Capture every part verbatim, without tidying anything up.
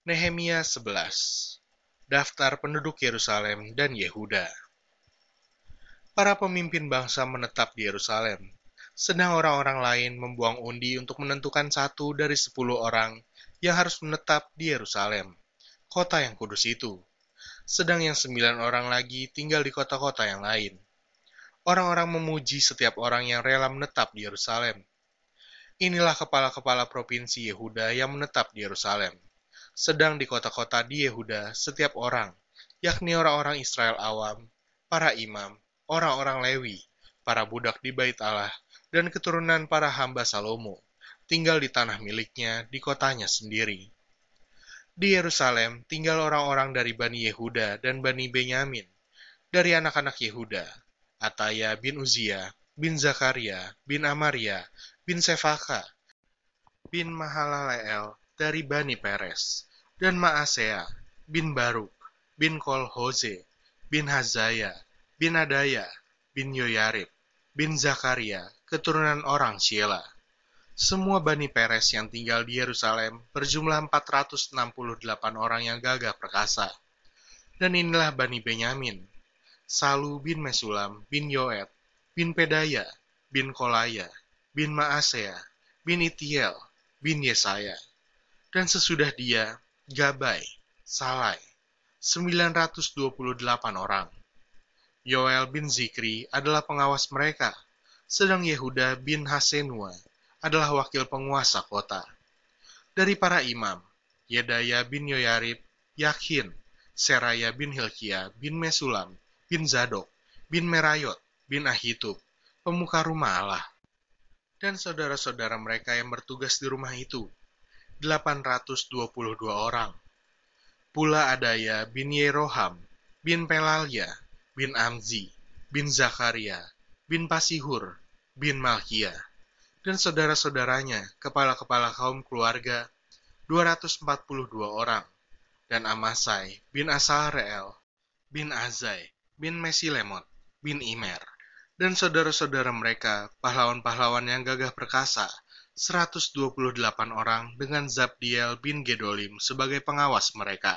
Nehemia sebelas. Daftar penduduk Yerusalem dan Yehuda. Para pemimpin bangsa menetap di Yerusalem, sedang orang-orang lain membuang undi untuk menentukan satu dari sepuluh orang yang harus menetap di Yerusalem, kota yang kudus itu. Sedang yang sembilan orang lagi tinggal di kota-kota yang lain. Orang-orang memuji setiap orang yang rela menetap di Yerusalem. Inilah kepala-kepala provinsi Yehuda yang menetap di Yerusalem. Sedang di kota-kota di Yehuda, setiap orang, yakni orang-orang Israel awam, para imam, orang-orang Lewi, para budak di Bait Allah, dan keturunan para hamba Salomo, tinggal di tanah miliknya di kotanya sendiri. Di Yerusalem tinggal orang-orang dari Bani Yehuda dan Bani Benyamin, dari anak-anak Yehuda, Ataya bin Uzia, bin Zakaria, bin Amaria, bin Sefaka, bin Mahalaleel dari Bani Peres, dan Maasea bin Baruk, bin Kolhoze, bin Hazaya, bin Adaya, bin Yoyarib, bin Zakaria, keturunan orang Sheila. Semua Bani Peres yang tinggal di Yerusalem berjumlah empat ratus enam puluh delapan orang yang gagah perkasa. Dan inilah Bani Benyamin, Salu bin Mesulam, bin Yoed, bin Pedaya, bin Kolaya, bin Maasea, bin Itiel, bin Yesaya. Dan sesudah dia, Gabai, Salai, sembilan ratus dua puluh delapan orang. Yoel bin Zikri adalah pengawas mereka, sedang Yehuda bin Hasenua adalah wakil penguasa kota. Dari para imam, Yedaya bin Yoyarib, Yakin, Seraya bin Hilkia, bin Mesulam, bin Zadok, bin Merayot, bin Ahitub, pemuka rumah Allah. Dan saudara-saudara mereka yang bertugas di rumah itu, delapan ratus dua puluh dua orang. Pula Adaya bin Yeroham, bin Pelalya, bin Amzi, bin Zakaria, bin Pasihur, bin Malkia, dan saudara-saudaranya, kepala-kepala kaum keluarga, dua ratus empat puluh dua orang, dan Amasai bin Asareel, bin Azai, bin Mesilemot, bin Imer, dan saudara-saudara mereka, pahlawan-pahlawan yang gagah perkasa, seratus dua puluh delapan orang dengan Zabdiel bin Gedolim sebagai pengawas mereka.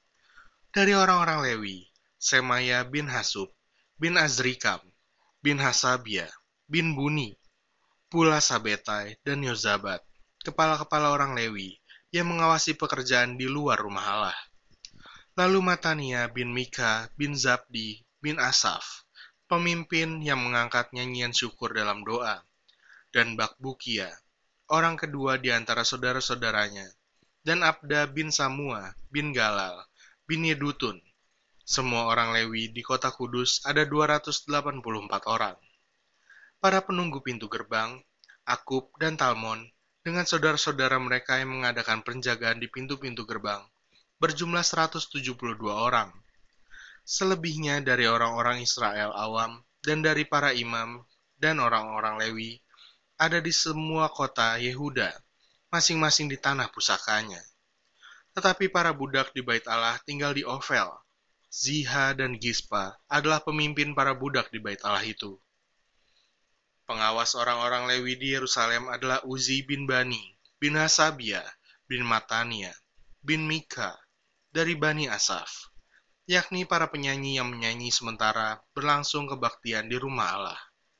Dari orang-orang Lewi, Semaya bin Hasub, bin Azrikam, bin Hasabia, bin Buni, pula Sabetai dan Yozabat, kepala-kepala orang Lewi, yang mengawasi pekerjaan di luar rumah Allah. Lalu Matania bin Mika bin Zabdi bin Asaf, pemimpin yang mengangkat nyanyian syukur dalam doa, dan Bakbukia, orang kedua di antara saudara-saudaranya, dan Abda bin Samua bin Galal bin Yedutun. Semua orang Lewi di kota kudus ada dua ratus delapan puluh empat orang. Para penunggu pintu gerbang, Akub dan Talmon, dengan saudara-saudara mereka yang mengadakan penjagaan di pintu-pintu gerbang, berjumlah seratus tujuh puluh dua orang. Selebihnya dari orang-orang Israel awam dan dari para imam dan orang-orang Lewi, ada di semua kota Yehuda, masing-masing di tanah pusakanya. Tetapi para budak di Bait Allah tinggal di Ofel. Ziha dan Gispa adalah pemimpin para budak di Bait Allah itu. Pengawas orang-orang Lewi di Yerusalem adalah Uzi bin Bani, bin Hasabia, bin Matania, bin Mika, dari Bani Asaf, yakni para penyanyi yang menyanyi sementara berlangsung kebaktian di rumah Allah.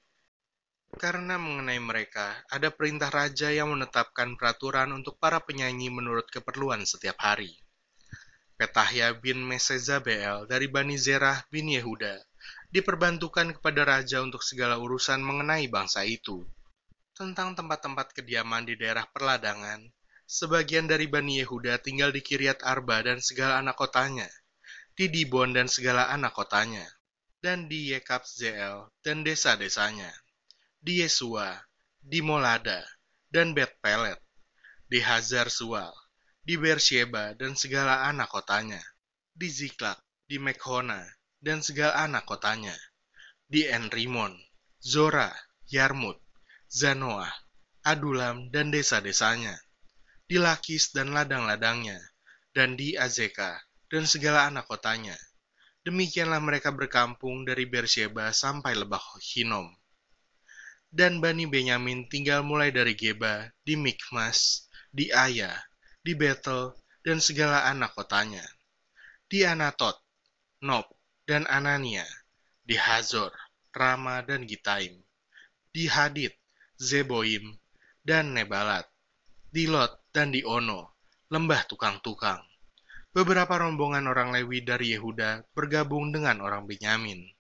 Karena mengenai mereka, ada perintah raja yang menetapkan peraturan untuk para penyanyi menurut keperluan setiap hari. Petahya bin Mesezabeel dari Bani Zerah bin Yehuda diperbantukan kepada raja untuk segala urusan mengenai bangsa itu. Tentang tempat-tempat kediaman di daerah perladangan, sebagian dari Bani Yehuda tinggal di Kiryat Arba dan segala anak kotanya, di Dibon dan segala anak kotanya, dan di Yekabzeel dan desa-desanya, di Yesua, di Molada, dan Bet Pelet, di Hazar Sual, di Bersheba dan segala anak kotanya, di Ziklak, di Mekhona, dan segala anak kotanya, di Enrimon, Zora, Yarmut, Zanoah, Adulam dan desa-desanya, di Lakis dan ladang-ladangnya, dan di Azeka dan segala anak kotanya. Demikianlah mereka berkampung dari Bersheba sampai Lebah Hinom. Dan Bani Benyamin tinggal mulai dari Geba, di Mikmas, di Aya, di Betel, dan segala anak kotanya, di Anatot, Nob, dan Anania, di Hazor, Rama dan Gitaim, di Hadid, Zeboim, dan Nebalat, di Lot dan di Ono, lembah tukang-tukang. Beberapa rombongan orang Lewi dari Yehuda bergabung dengan orang Benyamin,